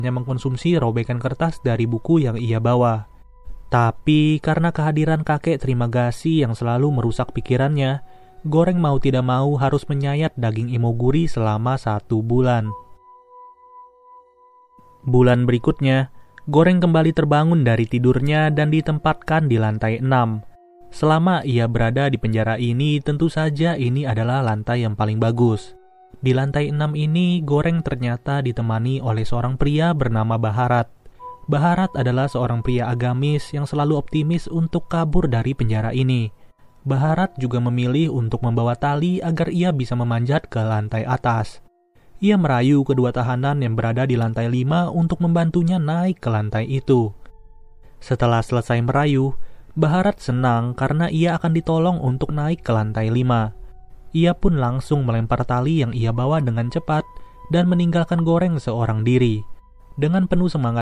mengkonsumsi robekan kertas dari buku yang ia bawa. Tapi karena kehadiran kakek terima kasih yang selalu merusak pikirannya, Goreng mau tidak mau harus menyayat daging imoguri selama 1 bulan. Bulan berikutnya, Goreng kembali terbangun dari tidurnya dan ditempatkan di lantai 6. Selama ia berada di penjara ini, tentu saja ini adalah lantai yang paling bagus. Di lantai 6 ini, Goreng ternyata ditemani oleh seorang pria bernama Baharat. Baharat adalah seorang pria agamis yang selalu optimis untuk kabur dari penjara ini. Baharat juga memilih untuk membawa tali agar ia bisa memanjat ke lantai atas. Ia merayu kedua tahanan yang berada di lantai 5 untuk membantunya naik ke lantai itu. Setelah selesai merayu, Baharat senang karena ia akan ditolong untuk naik ke lantai 5. Ia pun langsung melempar tali yang ia bawa dengan cepat dan meninggalkan Goreng seorang diri. Dengan penuh semangat